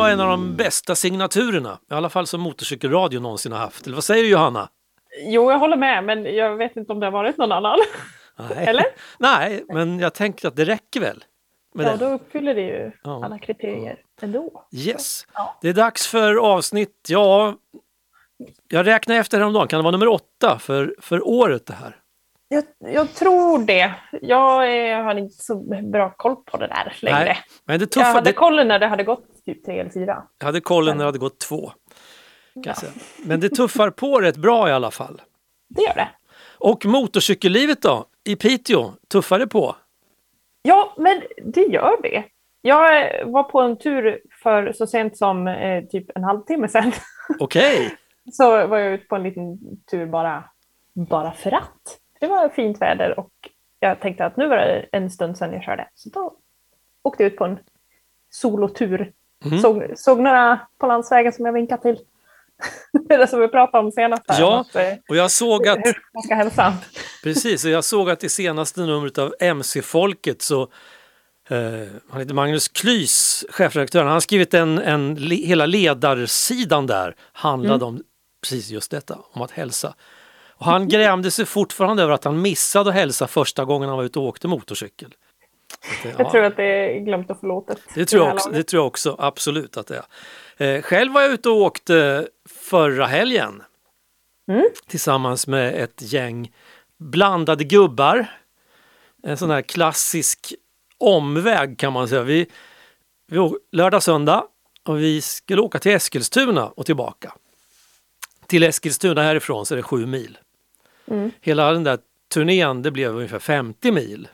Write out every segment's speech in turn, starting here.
var en av de bästa signaturerna, i alla fall som motorcykelradio någonsin har haft. Eller vad säger du, Johanna? Jo, jag håller med, men jag vet inte om det har varit någon annan. Nej. Eller? Nej, men jag tänker att det räcker väl. Ja, då uppfyller det ju alla kriterier ändå. Yes. Ja. Det är dags för avsnitt, jag räknar efter häromdagen. Kan det vara nummer 8 för året det här? Jag tror det. Jag har inte så bra koll på det där längre. Nej, men det jag hade kollen när det hade gått typ 3 eller 4. Jag hade kollen när det hade gått 2. Men det tuffar på rätt bra i alla fall. Det gör det. Och motorcykellivet då? I Piteå, tuffar det på? Ja, men det gör det. Jag var på en tur för så sent som typ en halvtimme sedan. Okej. Så var jag ute på en liten tur bara för att. Det var fint väder och jag tänkte att nu var det en stund sedan jag körde. Så då åkte jag ut på en solotur. Såg några på landsvägen som jag vinkade till. Det är det som vi pratade om senast. Här, ja, och jag såg att... Hur man ska hälsa. Precis, och jag såg att i senaste numret av MC-folket så... han heter Magnus Klys, chefredaktören. Han har skrivit hela ledarsidan där. Handlade om precis just detta, om att hälsa. Och han grämde sig fortfarande över att han missade att hälsa första gången han var ute och åkte motorcykel. Jag tror att det är glömt och förlåtet. Det tror jag också, absolut att det är. Själv var jag ute och åkte förra helgen. Tillsammans med ett gäng blandade gubbar. En sån här klassisk omväg kan man säga. Vi lördag söndag och vi skulle åka till Eskilstuna och tillbaka. Till Eskilstuna härifrån så är det 7 mil. Hela den där turnén, det blev ungefär 50 mil.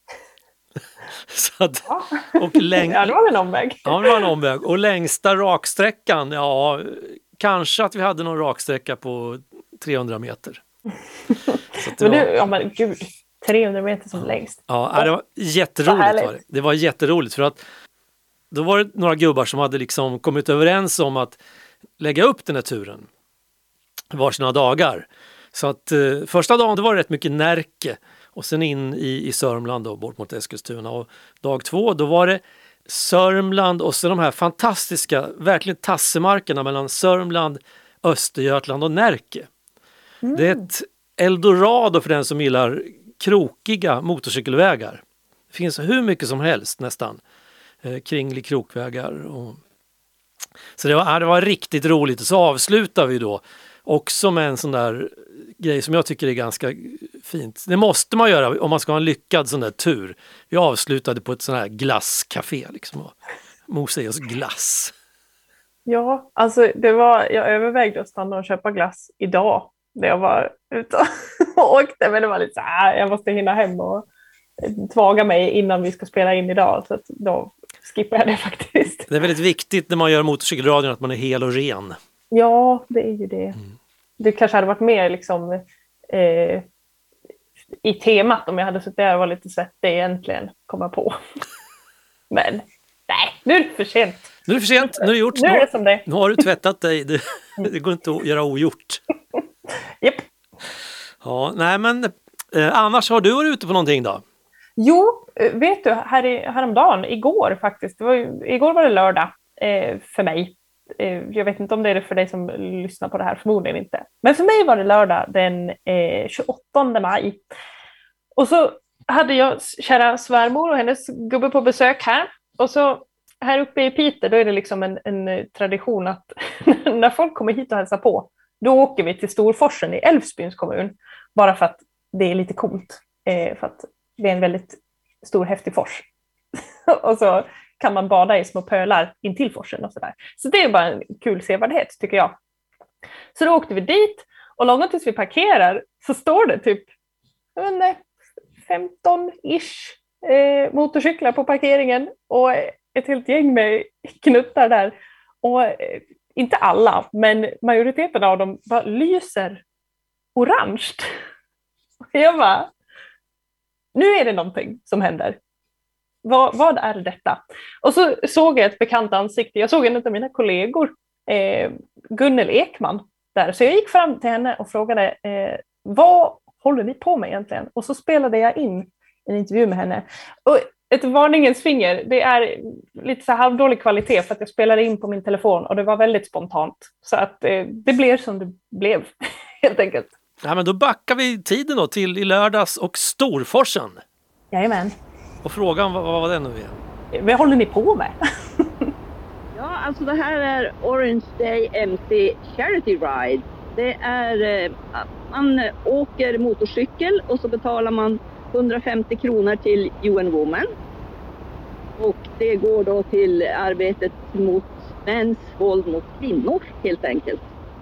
Så att, och ja, det var en omväg. Ja, det var en omväg. Och längsta raksträckan, ja, kanske att vi hade någon raksträcka på 300 meter. Så att men gud, 300 meter som längst. Ja, det var jätteroligt. Det var jätteroligt för att då var det några gubbar som hade liksom kommit överens om att lägga upp den här turen varsina dagar. Så att första dagen det var rätt mycket Närke och sen in i Sörmland och bort mot Eskilstuna. Och dag 2 då var det Sörmland och så de här fantastiska, verkligen tassemarkerna mellan Sörmland, Östergötland och Närke. Det är ett eldorado för den som gillar krokiga motorcykelvägar. Det finns hur mycket som helst nästan kringlig krokvägar. Så det var riktigt roligt. Och så avslutar vi då också med en sån där grej som jag tycker är ganska fint. Det måste man göra om man ska ha en lyckad sån där tur. Vi avslutade på ett sån här glasscafé liksom och mosa i oss glass. Ja, alltså jag övervägde att stanna och köpa glass idag när jag var ute och åkte, men det var lite så här, jag måste hinna hem och tvaga mig innan vi ska spela in idag, så att då skippar jag det faktiskt. Det är väldigt viktigt när man gör motorcykelradion att man är hel och ren. Ja, det är ju det. Det kanske hade varit mer liksom i temat om jag hade suttit där och var lite svettig egentligen, komma på. Men nej, nu är det för sent. Nu är det för sent, nu är det gjort. Nu är det som det. Nu har du tvättat dig, det går inte att göra ogjort. Japp. Ja, nej men annars har du varit ute på någonting då? Jo, vet du, häromdagen, igår faktiskt, igår var det lördag för mig. Jag vet inte om det är det för dig som lyssnar på det här, förmodligen inte. Men för mig var det lördag den 28 maj. Och så hade jag kära svärmor och hennes gubbe på besök här. Och så här uppe i Piteå, då är det liksom en tradition att när folk kommer hit och hälsar på, då åker vi till Storforsen i Älvsbyns kommun. Bara för att det är lite coolt. För att det är en väldigt stor, häftig fors. Och så kan man bada i små pölar intill forsen och sådär. Så det är bara en kul sevärdhet tycker jag. Så då åkte vi dit och långt tills vi parkerar så står det typ 15-ish motorcyklar på parkeringen och ett helt gäng med knuttar där. Och inte alla, men majoriteten av dem bara lyser orange. Jag bara, nu är det någonting som händer. Vad är detta? Och så såg jag ett bekant ansikte. Jag såg en av mina kollegor, Gunnel Ekman, där. Så jag gick fram till henne och frågade, vad håller ni på med egentligen? Och så spelade jag in en intervju med henne. Och ett varningens finger. Det är lite så halvdålig kvalitet för att jag spelade in på min telefon och det var väldigt spontant. Så att det blev som det blev, helt enkelt. Ja, men då backar vi tiden då till i lördags och Storforsen. Jajamän. Och frågan, vad var det nu igen? Vad håller ni på med? Ja, alltså det här är Orange Day MC Charity Ride. Det är att man åker motorcykel och så betalar man 150 kronor till UN Women. Och det går då till arbetet mot mäns våld mot kvinnor helt enkelt.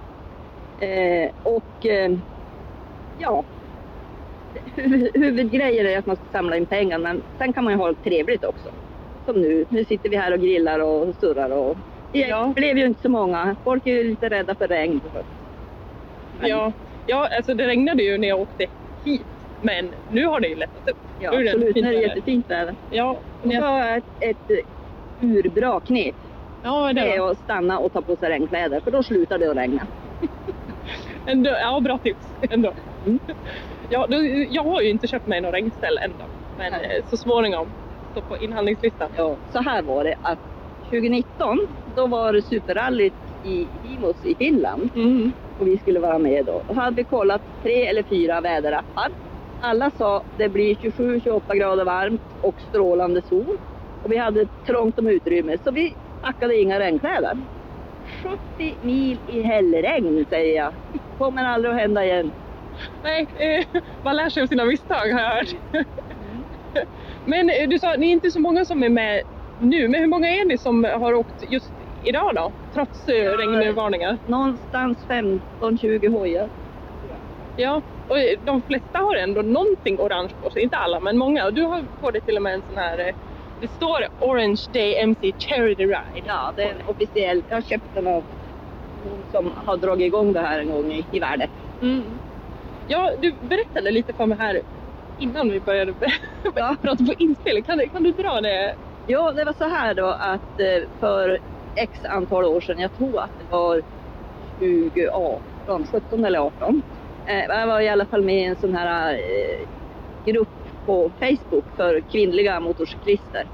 Ja, huvudgrejen är att man ska samla in pengar, men sen kan man ju ha det trevligt också. Som nu sitter vi här och grillar och surrar och det blev ju inte så många. Folk är ju lite rädda för regn. Men... Ja, alltså det regnade ju när jag åkte hit, men nu har det ju lättat upp. Ja, absolut, nu är det jättefint väder. Ja, det var ett urbra knep. Ja, det är att stanna och ta på sig regnkläder, för då slutar det att regna. Ja, bra tips ändå. Mm. Ja, jag har ju inte köpt mig någon regnställ ändå, men så småningom står på inhandlingslistan. Ja, så här var det att 2019 då var det superrallyt i Imos i Finland och vi skulle vara med då. Då hade vi kollat 3 eller 4 väderappar. Alla sa det blir 27-28 grader varmt och strålande sol och vi hade trångt om utrymme så vi packade inga regnkläder. 70 mil i hällregn, säger jag. Kommer aldrig att hända igen. Nej, man lär sig av sina misstag, har jag hört. Men du sa, ni är inte så många som är med nu. Men hur många är ni som har åkt just idag då? Trots regnvarningar? Någonstans 15-20 hojar. Ja, och de flesta har ändå någonting orange på sig. Inte alla, men många. Och du har på dig till och med en sån här... Det står Orange Day MC Charity Ride. Ja, det är officiellt. Jag har köpt den av hon som har dragit igång det här en gång i världen. Mm. Ja, du berättade lite för mig här innan vi började prata på inspel. Kan du dra det? Ja, det var så här då att för x antal år sedan, jag tror att det var 17 eller 18. Jag var i alla fall med i en sån här grupp på Facebook för kvinnliga motorcyklister.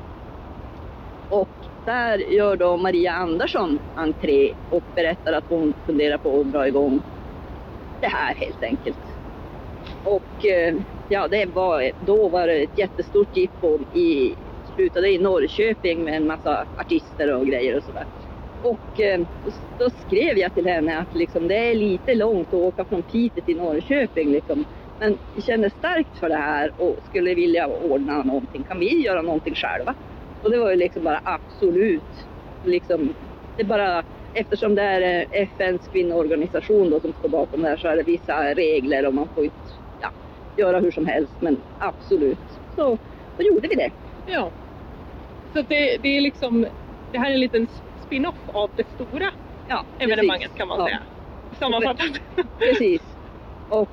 Och där gör då Maria Andersson entré och berättar att hon funderar på att dra igång det här helt enkelt. Och ja, då var det ett jättestort jippo slutade i Norrköping med en massa artister och grejer och sådär. Och då skrev jag till henne att liksom, det är lite långt att åka från Piteå till Norrköping liksom. Men vi känner starkt för det här och skulle vilja ordna någonting. Kan vi göra någonting själva? Och det var ju liksom bara absolut. Liksom, det bara, eftersom det är FNs kvinnoorganisation då som står bakom det här så är det vissa regler och man får inte göra hur som helst. Men absolut. Så då gjorde vi det. Ja. Så det är liksom, det här är en liten spin-off av det stora evenemanget kan man säga. Sammanfattat. Precis. Och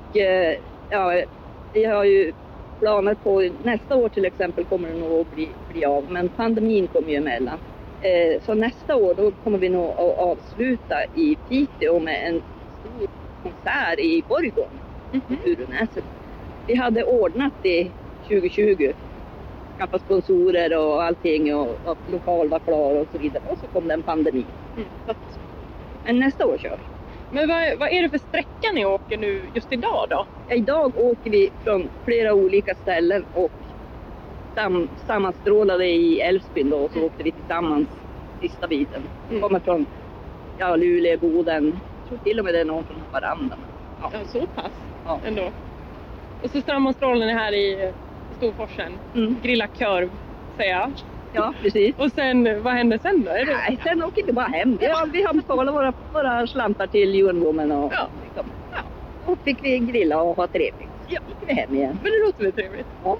vi har ju planer på nästa år till exempel kommer det nog att bli av. Men pandemin kommer ju emellan. Så nästa år då kommer vi nog att avsluta i Piteå med en stor konsert i Borgården. Furunäset. Vi hade ordnat det 2020. Skaffa sponsorer och allting och att lokal var klar och så vidare. Och så kom det en pandemi. Men nästa år kör. Men vad är det för sträcka ni åker nu just idag då? Idag åker vi från flera olika ställen och sammanstrålade i Älvsbyn då och så åkte vi tillsammans sista biten. Kommer från Luleå, Boden. Jag tror till och med det är någon från Haparanda. Ja, så pass ändå. Och så sammanstrålar ni här i Storforsen. Grilla korv, säger jag. Ja, precis. Och sen, vad händer sen då? Nej, sen åker vi bara hem. Vi har betalat våra slantar till UN Women och och fick vi grilla och ha trevligt. Ja, gick vi hem igen. Men det låter väl trevligt? Ja.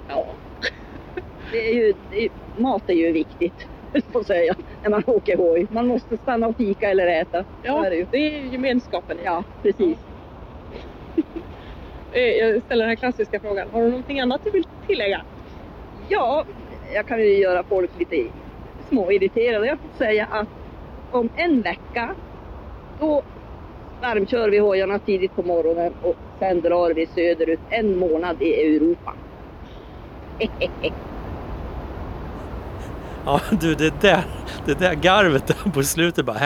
Mat är ju viktigt, så att säga, när man åker hoj. Man måste stanna och fika eller äta. Ja, det är gemenskapen. Ja, precis. Jag ställer den här klassiska frågan. Har du någonting annat du vill tillägga? Ja, jag kan ju göra folk lite småirriterade. Jag får säga att om en vecka då varmkör vi hojarna tidigt på morgonen och sen drar vi söderut en månad i Europa. Ja, du, det där garvet där på slutet bara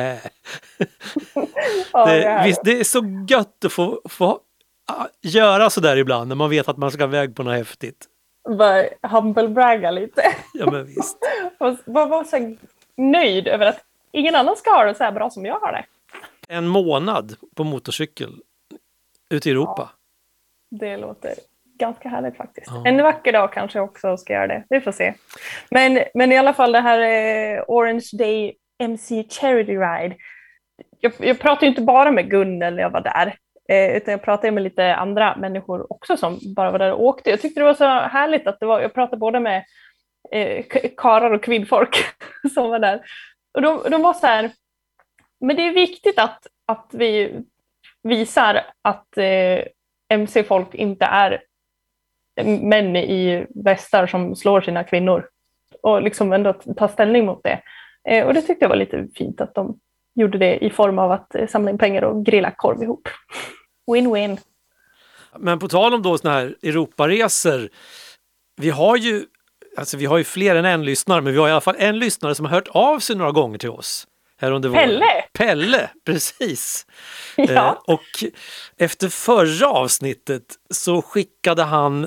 det är så gött att få göra så där ibland när man vet att man ska iväg på något häftigt. Bara humble-bragga lite. Ja, men visst. Var så nöjd över att ingen annan ska ha det så här bra som jag har det. En månad på motorcykel ute i Europa. Ja, det låter ganska härligt faktiskt. Ja. En vacker dag kanske också ska göra det. Vi får se. Men i alla fall det här Orange Day MC Charity Ride. Jag pratade inte bara med Gunnel när jag var där. Utan jag pratade med lite andra människor också som bara var där och åkte. Jag tyckte det var så härligt att jag pratade både med karlar och kvinnfolk som var där. Och de var så här, men det är viktigt att vi visar att MC-folk inte är män i västar som slår sina kvinnor. Och liksom ändå ta ställning mot det. Och det tyckte jag var lite fint att de gjorde det i form av att samla in pengar och grilla korv ihop. Win-win. Men på tal om då såna här Europaresor, vi har ju fler än en lyssnare, men vi har i alla fall en lyssnare som har hört av sig några gånger till oss här under våren. Pelle, precis. Ja. Och efter förra avsnittet så skickade han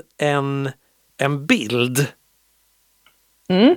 en bild. Mm.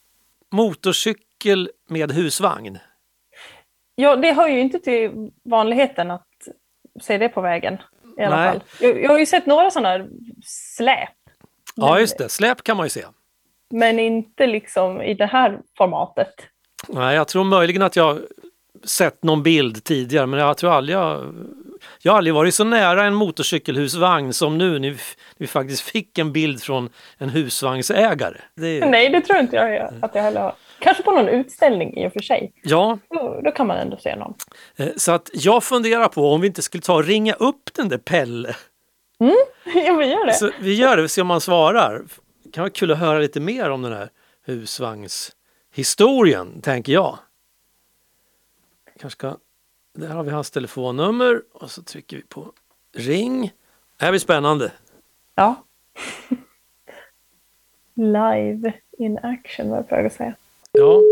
Motorcykel med husvagn. Ja, det hör ju inte till vanligheten att se det på vägen i alla fall. Jag har ju sett några sådana släp. Ja, just det. Släp kan man ju se. Men inte liksom i det här formatet. Nej, jag tror möjligen att jag sett någon bild tidigare, men jag tror aldrig jag har aldrig varit så nära en motorcykelhusvagn som nu när vi faktiskt fick en bild från en husvagnsägare. Nej, det tror inte jag att jag heller har. Kanske på någon utställning i och för sig. Ja. Då kan man ändå se någon. Så att jag funderar på om vi inte skulle ta och ringa upp den där Pelle. Ja, vi gör det. Så vi gör det, se om man svarar. Det kan vara kul att höra lite mer om den här husvagnshistorien, tänker jag. Där har vi hans telefonnummer och så trycker vi på ring. Det här blir spännande. Ja. Live in action, vad jag försöker säga. Ja.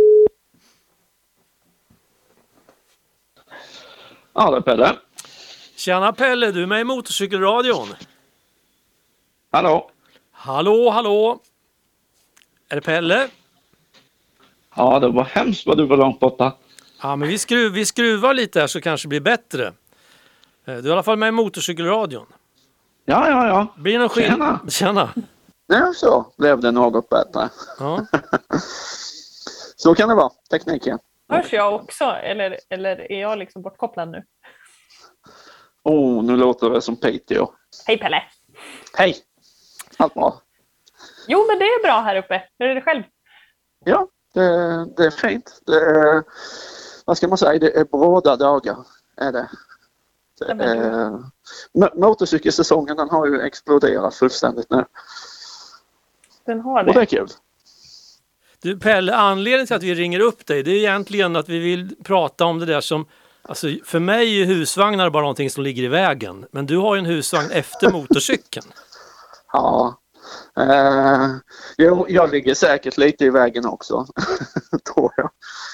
Ja, det är Pelle. Tjena Pelle, du är med i Motorcykelradion. Hallå. Hallå. Är det Pelle? Ja, det var hemskt vad du var långt borta. Ja, men vi skruvar lite här så kanske det blir bättre. Du är i alla fall med i Motorcykelradion. Ja. Blir det någon skillnad? Tjena. Ja, så blev det något bättre. Ja. Så kan det vara, tekniken. Hörs jag också? Eller är jag liksom bortkopplad nu? Nu låter det som Piteå. Hej Pelle. Hej. Allt bra? Jo, men det är bra här uppe. Hur är det själv? Ja, det är fint. Det är, vad ska man säga, det är bråda dagar. Är det. Motorcykelsäsongen, den har ju exploderat fullständigt nu. Den har det. Och det är kul. Du Pelle, anledningen till att vi ringer upp dig, det är egentligen att vi vill prata om det där som, alltså för mig är husvagnar bara någonting som ligger i vägen. Men du har ju en husvagn efter motorcykeln. Ja. Jag ligger säkert lite i vägen också, tror jag.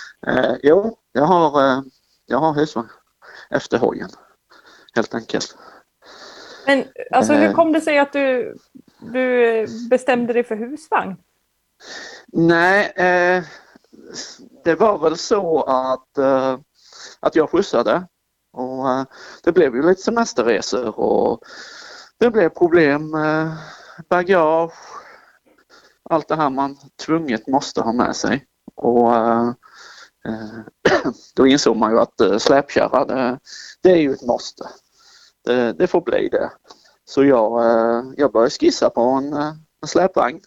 Jag har husvagn efter hojen, helt enkelt. Men alltså, hur kom det sig att du bestämde dig för husvagn? Nej, det var väl så att jag skjutsade och det blev ju lite semesterresor och det blev problem med bagage, allt det här man tvunget måste ha med sig. Och då insåg man ju att släpkärra, det är ju ett måste. Det får bli det. Så jag började skissa på en släpvagn.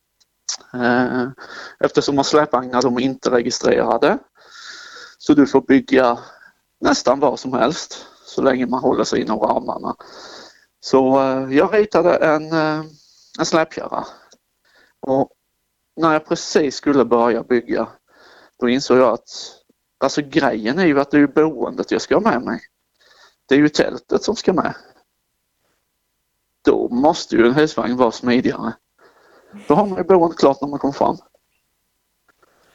Eftersom släpvagnar de är inte registrerade. Så du får bygga nästan vad som helst så länge man håller sig inom ramarna. Så jag ritade en släpkärra. Och när jag precis skulle börja bygga, då insåg jag att alltså grejen är ju att det är boendet jag ska ha med mig. Det är ju tältet som ska med. Då måste ju en husvagn vara smidigare. Då har man ju boendet klart när man kommer fram.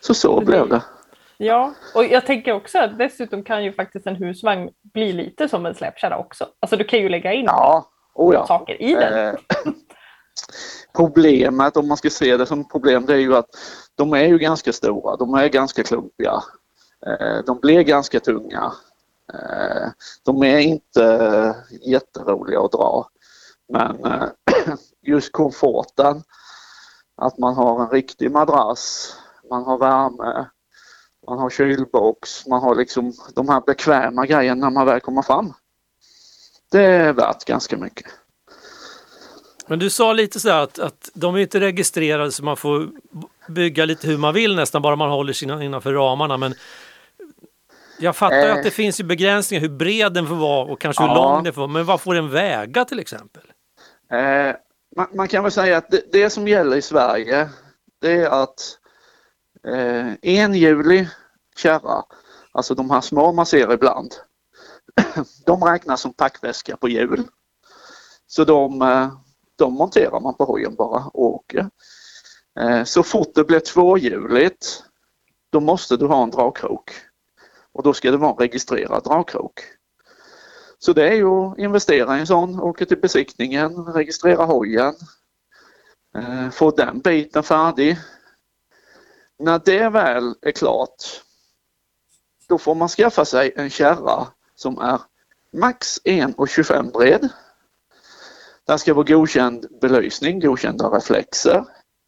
Så blev det. Ja, och jag tänker också att dessutom kan ju faktiskt en husvagn bli lite som en släpkärra också. Alltså du kan ju lägga in saker i den. Problemet, om man ska se det som problem, det är ju att de är ju ganska stora, de är ganska klumpiga, de blir ganska tunga, de är inte jätteroliga att dra, men just komforten, att man har en riktig madrass, man har värme, man har kylbox, man har liksom de här bekväma grejerna när man väl kommer fram. Det är värt ganska mycket. Men du sa lite så att de är inte registrerade så man får bygga lite hur man vill nästan, bara man håller sig innanför ramarna. Men jag fattar att det finns ju begränsningar hur bred den får vara och kanske hur lång den får vara. Men vad får den väga till exempel? Man kan väl säga att det som gäller i Sverige, det är att enhjulig kärra, alltså de här små man ser ibland, de räknas som packväska på hjul. Så de monterar man på hojen bara och åker. Så fort det blir tvåhjuligt, då måste du ha en dragkrok. Och då ska det vara en registrerad dragkrok. Så det är ju att investera i en sån, åka till besiktningen, registrera hojen, få den biten färdig. När det väl är klart, då får man skaffa sig en kärra som är max 1,25 bred. Där ska vara godkänd belysning, godkända reflexer.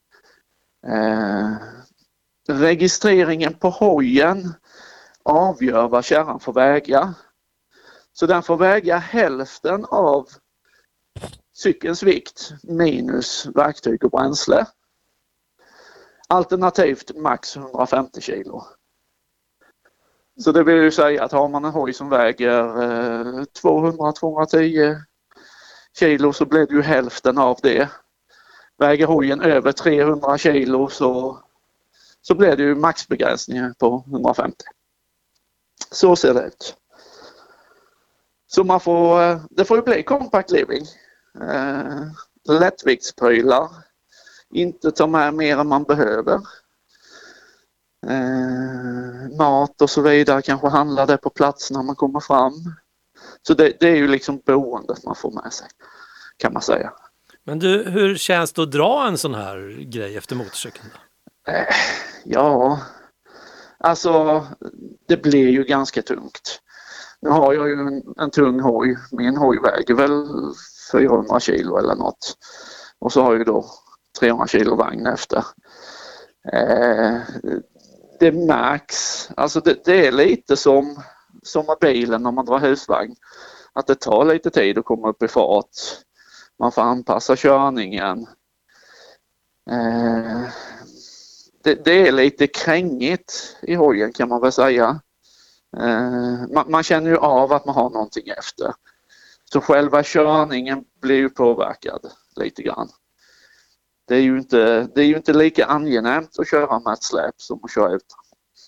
Registreringen på hojen avgör vad kärran får väga. Så den får väga hälften av cykelns vikt minus verktyg och bränsle. Alternativt max 150 kilo. Så det vill ju säga att har man en hoj som väger 200-210 kilo så blir det ju hälften av det. Väger hojen över 300 kilo så blir det ju maxbegränsningar på 150. Så ser det ut. Så det får ju bli compact living. Lättviktsprylar. Inte ta med mer än man behöver. Mat och så vidare kanske handlar det på plats när man kommer fram. Så det är ju liksom boendet man får med sig, kan man säga. Men du, hur känns det att dra en sån här grej efter motorcykeln? Ja, alltså det blir ju ganska tungt. Nu har jag ju en tung hoj. Min hoj väger väl 400 kilo eller något. Och så har jag ju då 300 kilo vagn efter. Det märks, alltså det är lite som med bilen när man drar husvagn. Att det tar lite tid att komma upp i fart. Man får anpassa körningen. Det är lite krängigt i hojen kan man väl säga. Man känner ju av att man har någonting efter. Så själva körningen blir ju påverkad lite grann. Det är ju inte lika angenämt att köra med ett släp som att köra utan.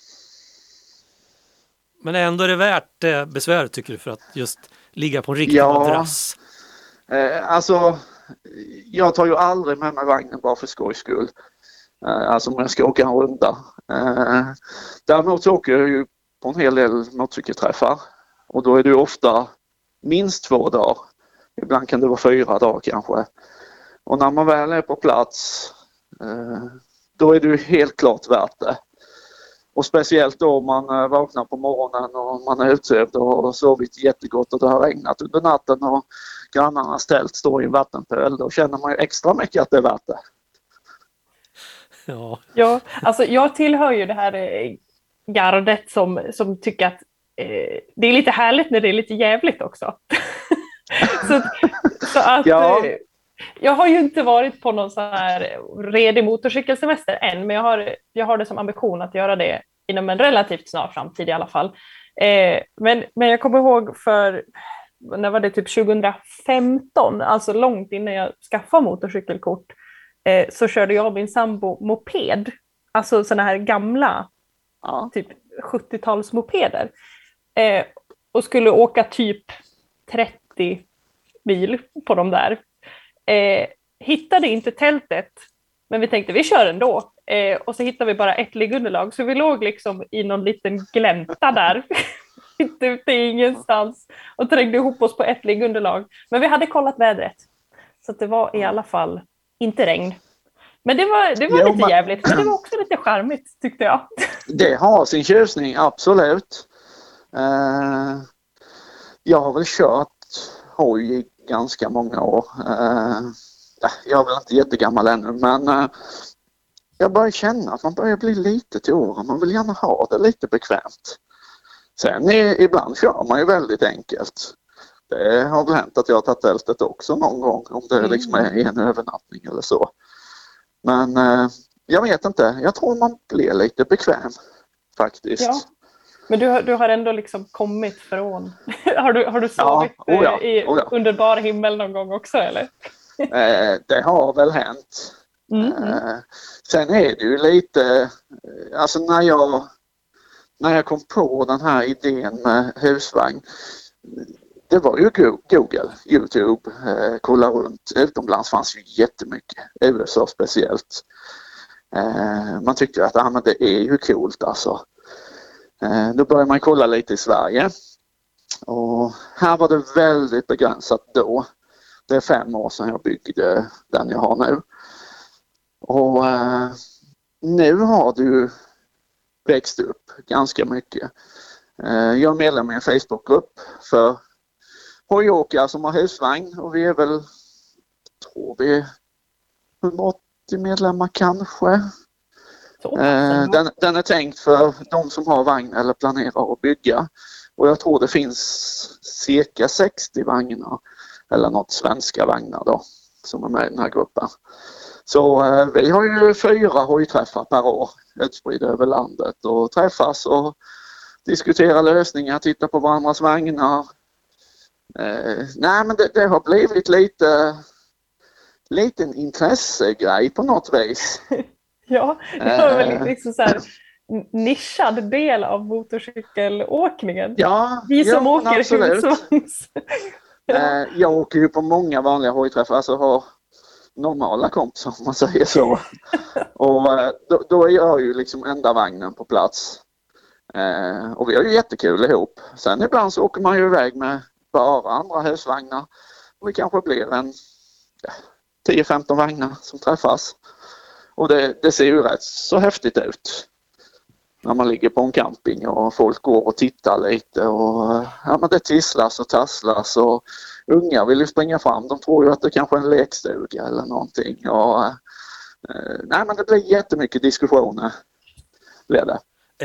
Men ändå är det värt besväret tycker du för att just ligga på en riktig madrass? Alltså jag tar ju aldrig med mig vagnen bara för skojs skull. Alltså om jag ska åka en runda. Däremot så åker jag ju på en hel del motorcykelträffar. Och då är det ju ofta minst 2 dagar. Ibland kan det vara 4 dagar kanske. Och när man väl är på plats då är det ju helt klart värt det. Och speciellt då om man vaknar på morgonen och man är utsövd och har sovit jättegott och det har regnat under natten och grannarnas tält står i en vattenpöl. Då känner man ju extra mycket att det är värt det. Ja, alltså jag tillhör ju det här gardet som tycker att det är lite härligt när det är lite jävligt också. så att jag har ju inte varit på någon sån här redig motorcykelsemester än, men jag har det som ambition att göra det inom en relativt snar framtid i alla fall. Men jag kommer ihåg när var det typ 2015, alltså långt innan jag skaffade motorcykelkort, så körde jag och min sambo moped, alltså såna här gamla typ 70-tals mopeder, och skulle åka typ 30 mil på dem där. Hittade inte tältet Men vi tänkte vi kör ändå. Och så hittade vi bara ett liggunderlag. Så vi låg liksom i någon liten glänta där. Inte ute i ingenstans. Och trängde ihop oss på ett liggunderlag. Men vi hade kollat vädret. Så att det var i alla fall inte regn. Men det var lite jävligt. Men det var också lite charmigt tyckte jag. Det har sin tjusning, absolut. Jag har väl kört hoj i ganska många år. Jag är väl inte jättegammal ännu, men jag börjar känna att man börjar bli lite till åren. Man vill gärna ha det lite bekvämt. Sen ibland kör man ju väldigt enkelt. Det har väl hänt att jag har tagit tältet också någon gång, om det liksom är en övernattning eller så. Men jag vet inte, jag tror man blir lite bekväm faktiskt. Ja. Men du har ändå liksom kommit från, har du sovit under bar himmel någon gång också eller? Det har väl hänt. Sen är det ju lite, alltså när jag kom på den här idén med husvagn, det var ju Google, YouTube, kolla runt. Utomlands fanns ju jättemycket, USA speciellt. Man tyckte att men det är ju coolt alltså. Då började man kolla lite i Sverige. Och här var det väldigt begränsat då. Det är 5 år sedan jag byggde den jag har nu. Och nu har du växt upp ganska mycket. Jag är medlem i en Facebookgrupp för hojåkare som har husvagn och vi är väl, tror vi, 180 medlemmar kanske. Den är tänkt för de som har vagn eller planerar att bygga. Och jag tror det finns cirka 60 vagnar eller något svenska vagnar då som är med i den här gruppen. Så vi har ju 4 hojträffar per år utspridda över landet och träffas och diskutera lösningar, titta på varandras vagnar. Nej men det har blivit liten intressegrej på något vis. Ja, det var väl liksom så här nischad del av motorcykelåkningen. Ja, vi som åker husvagns. Jag åker ju på många vanliga hojträffar, alltså har normala kompisar om man säger så. Och då är jag ju liksom enda vagnen på plats. Och vi har ju jättekul ihop. Sen ibland så åker man ju iväg med bara andra husvagnar. Och vi kanske blir en 10-15 vagnar som träffas. Och det ser ju rätt så häftigt ut. När man ligger på en camping och folk går och tittar lite och men det tisslas och tasslas och unga vill ju springa fram. De tror ju att det kanske är en lekstuga eller någonting. Och, nej men det blir jättemycket diskussioner. Blir det.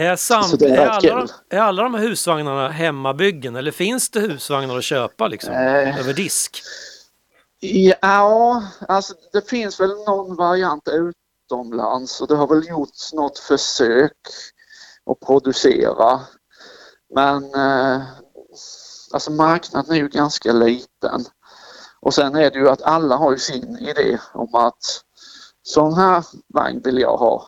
Är alla de här husvagnarna hemmabyggen eller finns det husvagnar att köpa liksom, över disk? Ja, alltså det finns väl någon variant utomlands och det har väl gjorts något försök att producera. Men alltså marknaden är ju ganska liten. Och sen är det ju att alla har ju sin idé om att sån här vagn vill jag ha.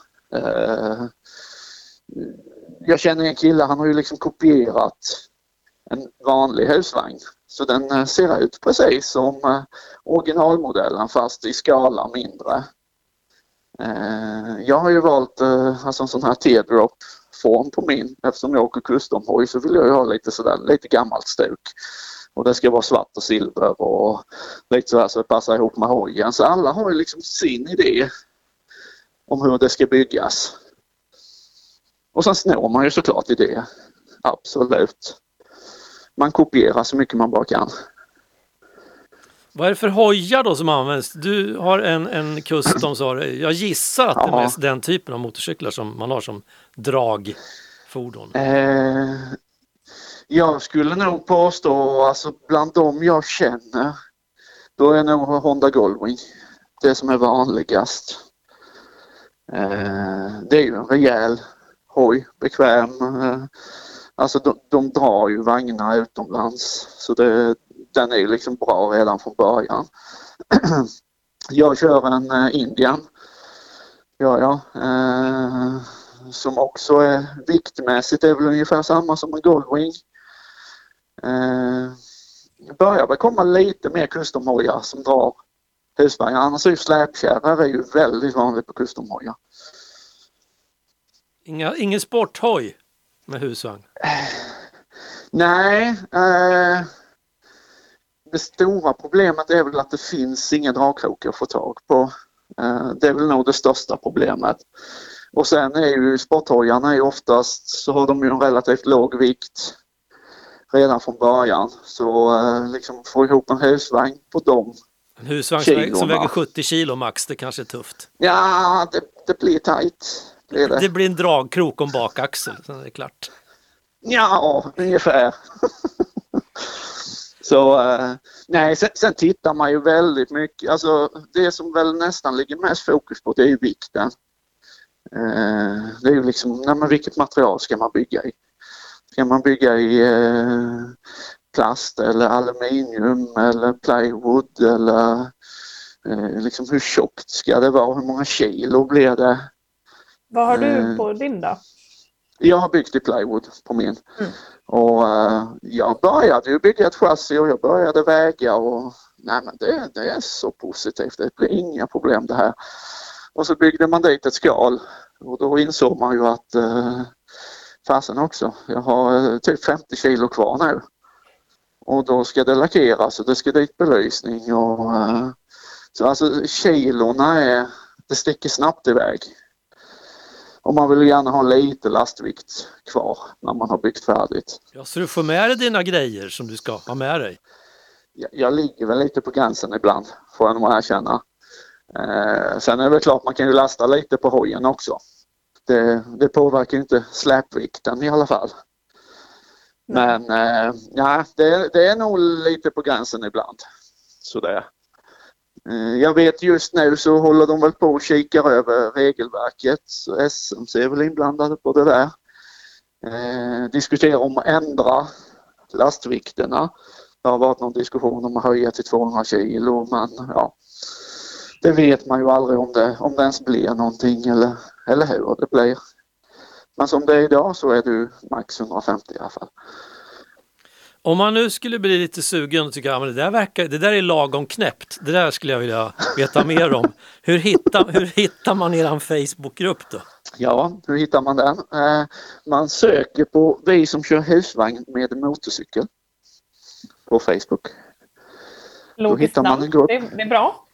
Jag känner en kille, han har ju liksom kopierat en vanlig husvagn. Så den ser ut precis som originalmodellen fast i skala mindre. Jag har ju valt alltså en sån här teardrop-form på min. Eftersom jag åker custom-hoj så vill jag ju ha lite gammalt stuk. Och det ska vara svart och silver och lite så här så det passar ihop med hojen. Så alla har ju liksom sin idé om hur det ska byggas. Och sen snår man ju såklart idé. Absolut. Man kopierar så mycket man bara kan. Vad är det för hojar då som används? Du har en custom, så jag gissar att det är mest den typen av motorcyklar som man har som dragfordon. Jag skulle nog påstå, alltså bland dem jag känner, då är nog Honda Goldwing det som är vanligast. Det är ju en rejäl hoj, bekväm. Alltså de drar ju vagnar utomlands så den är ju liksom bra redan från början. Jag kör en Indian. Som också är viktmässigt är väl ungefär samma som en Goldwing. Börjar väl komma lite mer custom-hojar som drar husvagn. Annars är ju släpkärror är ju väldigt vanligt på customhojar. Ingen sporthoj med husvagn? Nej, det stora problemet är väl att det finns inga dragkrokar att få tag på. Det är väl nog det största problemet. Och sen är ju sporthojarna är ju oftast så har de ju en relativt låg vikt redan från början. Så liksom få ihop en husvagn på dem. En husvagn som väger 70 kilo max, det kanske är tufft. Ja, det blir tajt. Det blir en dragkrok om bakaxel, så är det klart. Ja, ungefär. Så nej, sen tittar man ju väldigt mycket. Alltså det som väl nästan ligger mest fokus på det är ju vikten. Det är ju liksom, vilket material ska man bygga i? Ska man bygga i plast eller aluminium eller plywood eller liksom hur tjockt ska det vara? Hur många kilo blir det? Vad har du på din då? Jag har byggt i plywood på min. Och jag började ju bygga ett chassi och jag började väga och nej men det är så positivt. Det blir inga problem det här. Och så byggde man dit ett skal och då insåg man ju att fasen också, jag har typ 50 kilo kvar nu. Och då ska det lackeras och det ska dit belysning och så alltså kilorna det sticker snabbt iväg. Och man vill gärna ha lite lastvikt kvar när man har byggt färdigt. Ja, så du får med dig dina grejer som du ska ha med dig? Jag ligger väl lite på gränsen ibland, får jag nog erkänna. Sen är det väl klart man kan ju lasta lite på hojen också. Det påverkar ju inte släpvikten i alla fall. Men ja, det är nog lite på gränsen ibland. Sådär. Jag vet just nu så håller de väl på och kikar över regelverket. Så SMC är väl inblandade på det där. Diskuterar om att ändra lastvikterna. Det har varit någon diskussion om att höja till 200 kilo men ja. Det vet man ju aldrig om det ens blir någonting eller hur det blir. Men som det är idag så är det max 150 i alla fall. Om man nu skulle bli lite sugen och tycka att det där är lagom knäppt. Det där skulle jag vilja veta mer om. Hur hittar man er Facebookgrupp då? Ja, hur hittar man den? Man söker på vi som kör husvagn med motorcykel på Facebook. Då hittar man en grupp. Det är bra.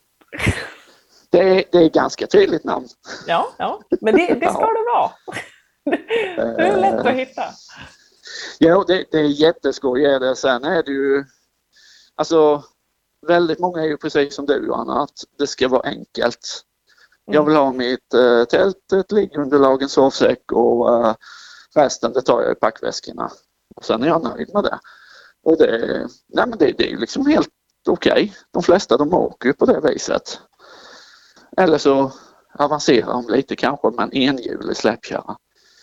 Det är ganska tydligt namn. Ja. Men det ska det vara. Det är lätt att hitta. Ja, det är jätteskoj. Sen är det ju, alltså väldigt många är ju precis som du Anna, att det ska vara enkelt. Jag vill ha mitt tält, ett liggunderlag, en sovsäck och resten det tar jag i packväskorna. Och sen är jag nöjd med det. Och det är ju liksom helt okej. De flesta de åker ju på det viset. Eller så avancerar de lite kanske med en enhjulig släpkärra.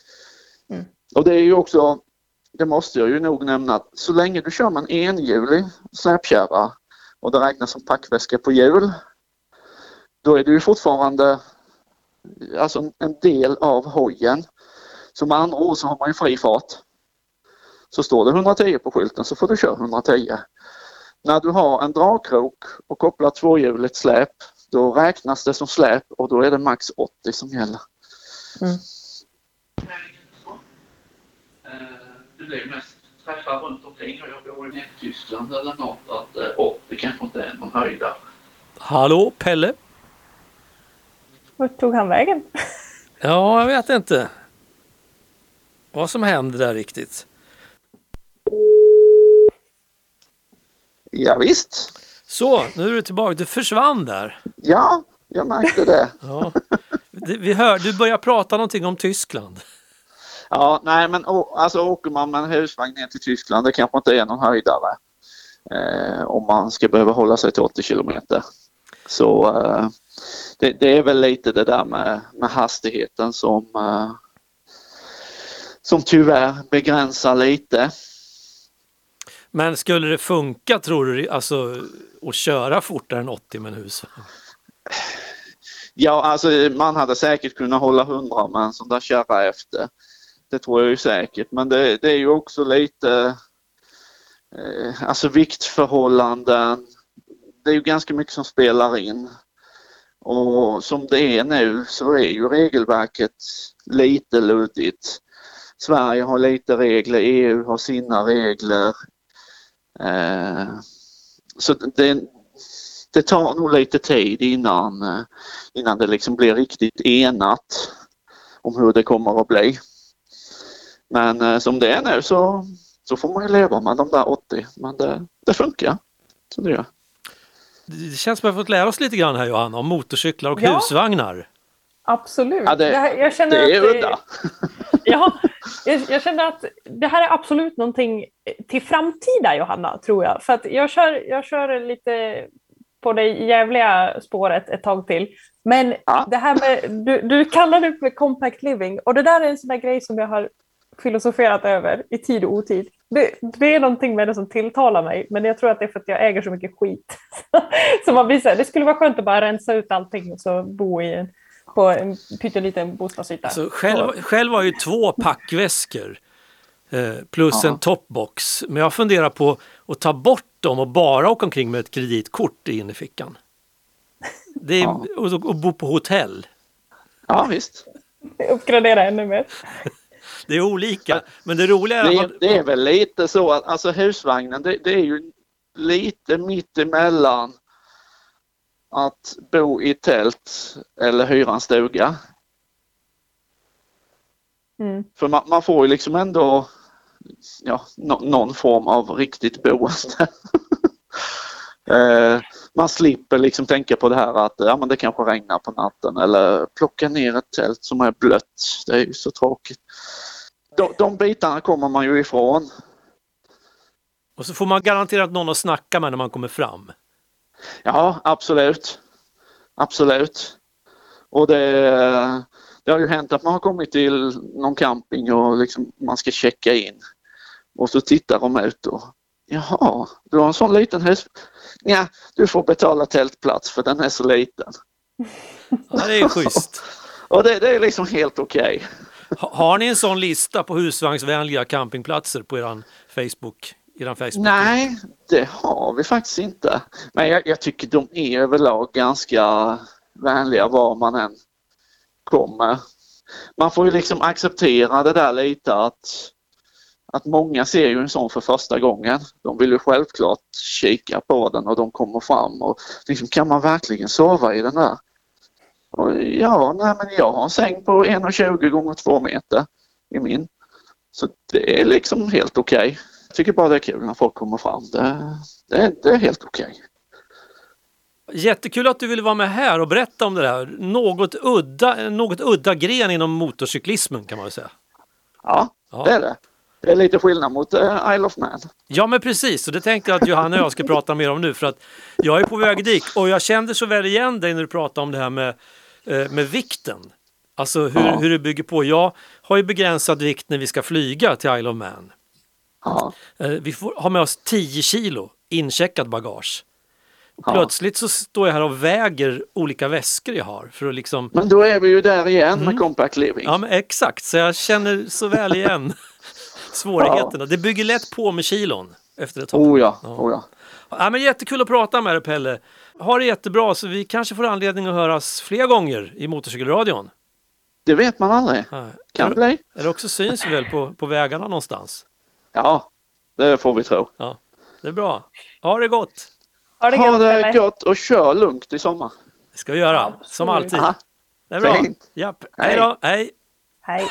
Och det är ju också, det måste jag ju nog nämna, att så länge du kör med en enhjulig släpkärra och det räknas som packväska på hjul, då är du ju fortfarande alltså en del av hojen. Så med andra ord så har man ju fri fart. Så står det 110 på skylten så får du köra 110. När du har en dragkrok och kopplar tvåhjuligt släp, då räknas det som släp och då är det max 80 som gäller. Det blir mest träffar runt omkring och jag bor i Tyskland eller något att det kanske inte är någon höjda. Hallå, Pelle? Vart tog han vägen? Ja, jag vet inte vad som händer där riktigt. Ja, visst. Så, nu är du tillbaka. Du försvann där. Ja, jag märkte det. Ja. Vi hörde du börja prata någonting om Tyskland. Ja, nej men alltså åker man med en husvagn ner till Tyskland, det kanske inte är någon höjdare. Om man ska behöva hålla sig till 80 kilometer. Så det är väl lite det där med hastigheten som tyvärr begränsar lite. Men skulle det funka, tror du, alltså att köra fortare än 80 med en husvagn? Ja, alltså man hade säkert kunnat hålla 100 med en sån där kärra efter. Det tror jag ju säkert. Men det är ju också lite alltså viktförhållanden. det är ju ganska mycket som spelar in. Och som det är nu så är ju regelverket lite luddigt. Sverige har lite regler, EU har sina regler. Så det tar nog lite tid innan det liksom blir riktigt enat om hur det kommer att bli. Men som det är nu så får man ju leva med de där 80. Men det funkar. Så det gör. Det känns som att vi har fått lära oss lite grann här, Johanna, om motorcyklar och husvagnar. Absolut. Ja, Jag känner det är att udda. Ja, jag känner att det här är absolut någonting till framtida, Johanna, tror jag. För att jag kör lite på det jävliga spåret ett tag till. Men det här med, du kallar det för compact living, och det där är en sån där grej som jag har filosoferat över i tid och otid. Det är någonting med det som tilltalar mig, men jag tror att det är för att jag äger så mycket skit. Så man blir så här, det skulle vara skönt att bara rensa ut allting och så bo på en pytteliten bostadsyta. Alltså, själv har jag ju 2 packväskor plus en topbox. Men jag funderar på att ta bort dem och bara åka omkring med ett kreditkort in i fickan. Det är, och bo på hotell. Ja, visst. Uppgradera ännu mer. Det är olika, men det roliga är... Det är väl lite så att alltså husvagnen, det är ju lite mitt emellan att bo i tält eller hyra en stuga. För man får ju liksom ändå någon form av riktigt boende. Man slipper liksom tänka på det här att men det kanske regnar på natten, eller plocka ner ett tält som är blött. Det är ju så tråkigt. De bitarna kommer man ju ifrån. Och så får man garanterat någon att snacka med när man kommer fram. Ja, absolut. Absolut. Och det har ju hänt att man har kommit till någon camping och liksom man ska checka in. Och så tittar de ut och jaha, du har en sån liten hus. Ja, du får betala tältplats för den är så liten. Ja, det är schysst. Och det är liksom helt okej. Har ni en sån lista på husvagnsvänliga campingplatser på eran Facebook? Nej, det har vi faktiskt inte. Men jag tycker de är överlag ganska vänliga var man än kommer. Man får ju liksom acceptera det där lite att många ser ju en sån för första gången. De vill ju självklart kika på den och de kommer fram och liksom, kan man verkligen sova i den där? Och men jag har en säng på 1,20 gånger 2 meter i min. Så det är liksom helt okej. Jag tycker bara det är kul när folk kommer fram. Det är helt okej. Jättekul att du ville vara med här och berätta om det där. Något udda gren inom motorcyklismen kan man väl säga. Ja, det är det. Det är lite skillnad mot Isle of Man. Ja, men precis. Och det tänkte jag att Johanna och jag ska prata mer om nu. För att jag är på väg dit och jag kände så väl igen dig när du pratade om det här med vikten. Alltså hur det bygger på. Jag har ju begränsad vikt när vi ska flyga till Isle of Man. Ja. Vi får ha med oss 10 kilo incheckad bagage. Plötsligt så står jag här och väger olika väskor jag har. För att liksom... Men då är vi ju där igen med compact living. Ja, men exakt. Så jag känner så väl igen svårigheterna. Det bygger lätt på med kilon efter ett tag. Oh ja. Ja, men jättekul att prata med dig, Pelle. Ha det jättebra, så vi kanske får anledning att höras fler gånger i Motorcykelradion. Det vet man aldrig. Kan bli. Eller också syns vi väl på vägarna någonstans. Ja, det får vi tro. Ja, det är bra. Ha det gott! Ha det gott och kör lugnt i sommar. Det ska vi göra, som alltid. Aha. Det är bra. Fint. Japp. Hej då, hej! Hej!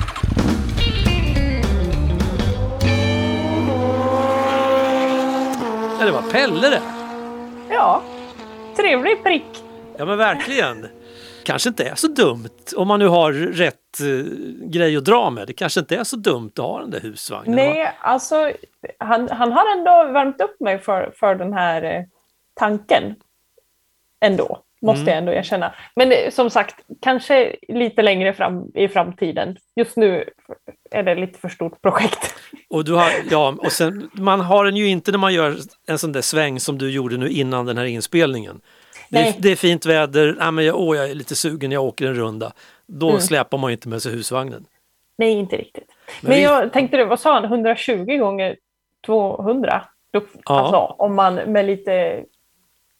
Ja, det var Pelle det. Ja, trevlig prick. Ja, men verkligen. Kanske inte är så dumt om man nu har rätt grej att dra med. Det kanske inte är så dumt att ha den där husvagnen. Nej, alltså han har ändå värmt upp mig för den här tanken. Ändå, måste jag ändå erkänna. Men som sagt, kanske lite längre fram i framtiden. Just nu är det lite för stort projekt. Och och sen, man har den ju inte när man gör en sån där sväng som du gjorde nu innan den här inspelningen. Det är fint väder, jag är lite sugen, jag åker en runda. Då släpar man inte med sig husvagnen. Nej, inte riktigt. Men jag tänkte, vad sa han, 120 gånger 200? Alltså, om man med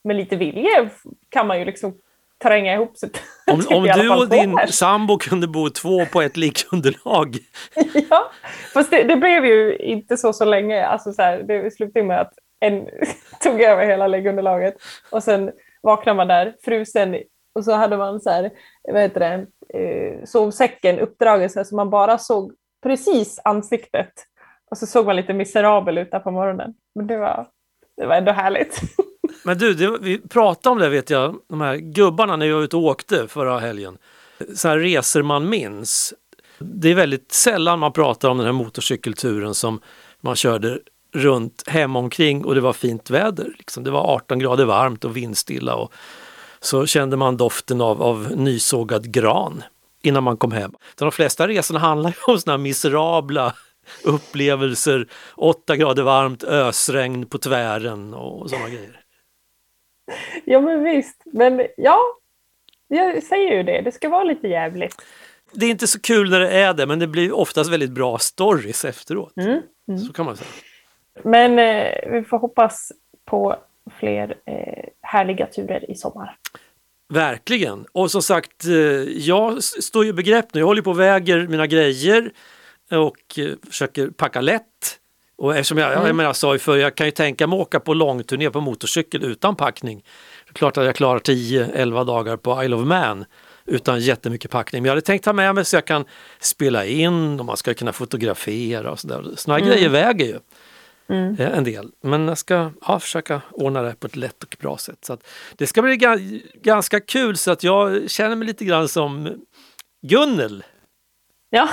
med lite vilje kan man ju liksom tränga ihop sig. Om du och din sambo kunde bo 2 på ett likunderlag. Ja, fast det blev ju inte så länge. Alltså så här, det slutade med att en tog över hela läggunderlaget och sen vaknade man där frusen och så hade man så här, vad heter det, sovsäcken uppdragen så man bara såg precis ansiktet och så såg man lite miserabel ut där på morgonen. Men det var ändå härligt. Men du, vi pratade om det vet jag, de här gubbarna när jag var ute och åkte förra helgen. Så här resor man minns. Det är väldigt sällan man pratar om den här motorcykelturen som man körde runt hemomkring och det var fint väder. Liksom. Det var 18 grader varmt och vindstilla och så kände man doften av nysågad gran innan man kom hem. De flesta resorna handlar ju om såna här miserabla upplevelser, 8 grader varmt, ösregn på tvären och sådana grejer. Ja men visst, men ja, jag säger ju det ska vara lite jävligt. Det är inte så kul när det är det, men det blir oftast väldigt bra stories efteråt. Så kan man säga. Men vi får hoppas på fler härliga turer i sommar. Verkligen. Och som sagt, jag står ju begrepp nu. Jag håller på och väger mina grejer och försöker packa lätt. Och eftersom jag sa ju förr, jag kan ju tänka mig åka på långturné på motorcykel utan packning. Det är klart att jag klarar 10-11 dagar på Isle of Man utan jättemycket packning. Men jag hade tänkt ta med mig så jag kan spela in och man ska kunna fotografera och sådär. Sådana grejer väger ju en del. Men jag ska försöka ordna det på ett lätt och bra sätt. Så att det ska bli ganska kul så att jag känner mig lite grann som Gunnel. Ja.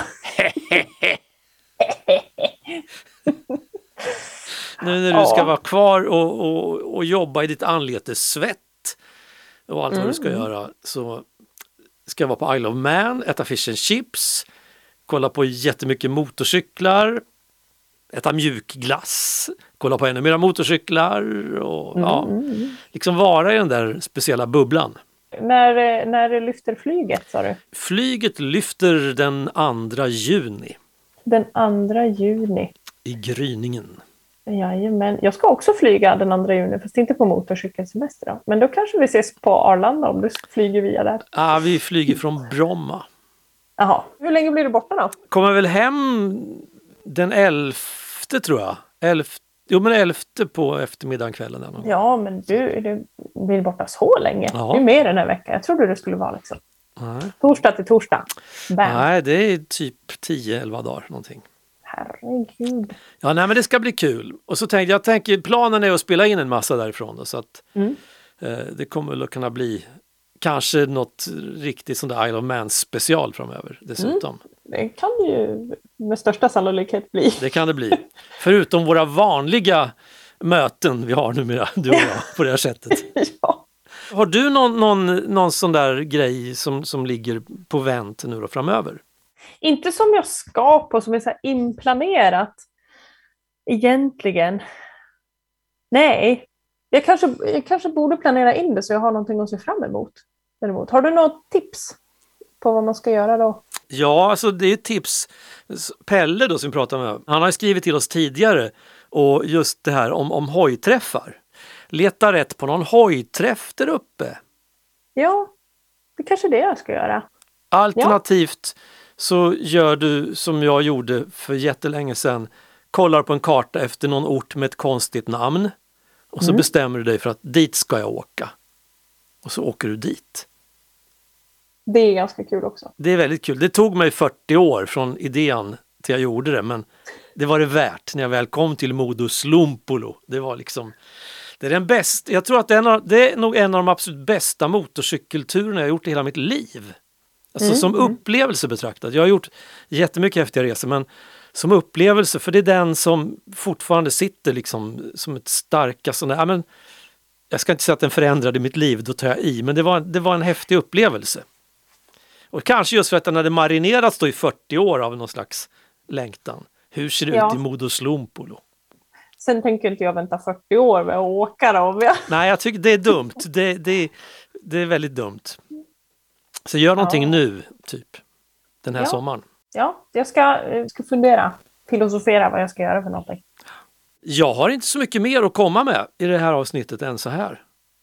Nu när du ska vara kvar och jobba i ditt anletes svett och allt vad du ska göra så ska jag vara på Isle of Man, äta fish and chips, kolla på jättemycket motorcyklar, äta mjukglass, kolla på ännu mera motorcyklar och liksom vara i den där speciella bubblan. När lyfter flyget, sa du? Flyget lyfter den 2 juni. Den 2 juni. I gryningen. Jajamän. Jag ska också flyga den 2 juni, fast inte på motorcykelsemester då. Men då kanske vi ses på Arlanda om du flyger via där. Vi flyger från Bromma. Jaha. Hur länge blir du borta då? Kommer väl hem den 11 tror jag. 11 på eftermiddagen kvällen. Där någon. Ja, men du blir borta så länge. Ja. Det är mer än en vecka. Jag trodde det skulle vara liksom. Nej. Torsdag till torsdag. Bam. Nej, det är typ 10-11 dagar någonting. Herregud. Ja, nej, men det ska bli kul. Och så tänkte jag, planen är att spela in en massa därifrån. Då, så att det kommer väl att kunna bli kanske något riktigt sånt där Isle of Man special framöver dessutom. Det kan det ju med största sannolikhet bli. Det kan det bli. Förutom våra vanliga möten vi har numera, du och jag, på det här sättet. Ja. Har du någon sån där grej som ligger på vänt nu då framöver? Inte som jag ska på, som är så här inplanerat egentligen. Nej, jag kanske borde planera in det så jag har någonting att se fram emot. Däremot. Har du något tips på vad man ska göra då? Ja, alltså det är ett tips. Pelle då som vi pratade med, han har skrivit till oss tidigare och just det här om hojträffar. Leta rätt på någon hojträff där uppe. Ja, det kanske är det jag ska göra. Alternativt så gör du som jag gjorde för jättelänge sedan. Kollar på en karta efter någon ort med ett konstigt namn. Och så bestämmer du dig för att dit ska jag åka. Och så åker du dit. Det är ganska kul också. Det är väldigt kul. Det tog mig 40 år från idén till jag gjorde det. Men det var det värt när jag väl kom till Muodoslompolo. Det var liksom... Det är den bästa. Jag tror att det är nog en av de absolut bästa motorcykelturerna jag gjort i hela mitt liv. Alltså som upplevelse betraktat. Jag har gjort jättemycket häftiga resor men som upplevelse, för det är den som fortfarande sitter liksom som ett starka sådär, men jag ska inte säga att den förändrade mitt liv, då tar jag i, men det var en häftig upplevelse. Och kanske just för att den hade marinerats då i 40 år av någon slags längtan. Hur ser det ut i Muodoslompolo? Sen tänker inte jag vänta 40 år med att åka då. Nej, jag tycker det är dumt. Det är väldigt dumt. Så gör någonting nu, typ. Den här sommaren. Ja, jag ska fundera, filosofera vad jag ska göra för någonting. Jag har inte så mycket mer att komma med i det här avsnittet än så här.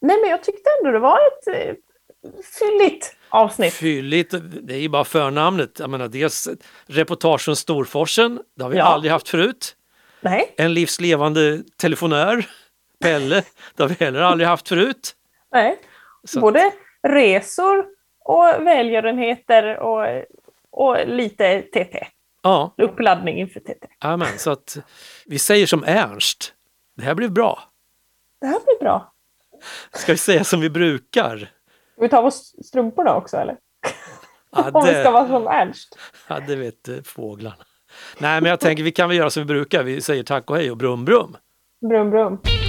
Nej, men jag tyckte ändå det var ett fylligt avsnitt. Fylligt, det är ju bara förnamnet. Jag menar, dels reportage från Storforsen, det har vi aldrig haft förut. Nej. En livslevande telefonär, Pelle, det har vi heller aldrig haft förut. Nej, Så både resor och välgörenheter och lite TT. Ja. Uppladdning inför TT. Amen, så att vi säger som Ernst, det här blir bra. Det här blir bra. Ska vi säga som vi brukar? Vi tar av oss strumporna också, eller? Ja, Om vi ska vara som Ernst. Ja, det vet fåglarna. Nej, men jag tänker vi kan väl göra som vi brukar. Vi säger tack och hej och brum brum. Brum brum.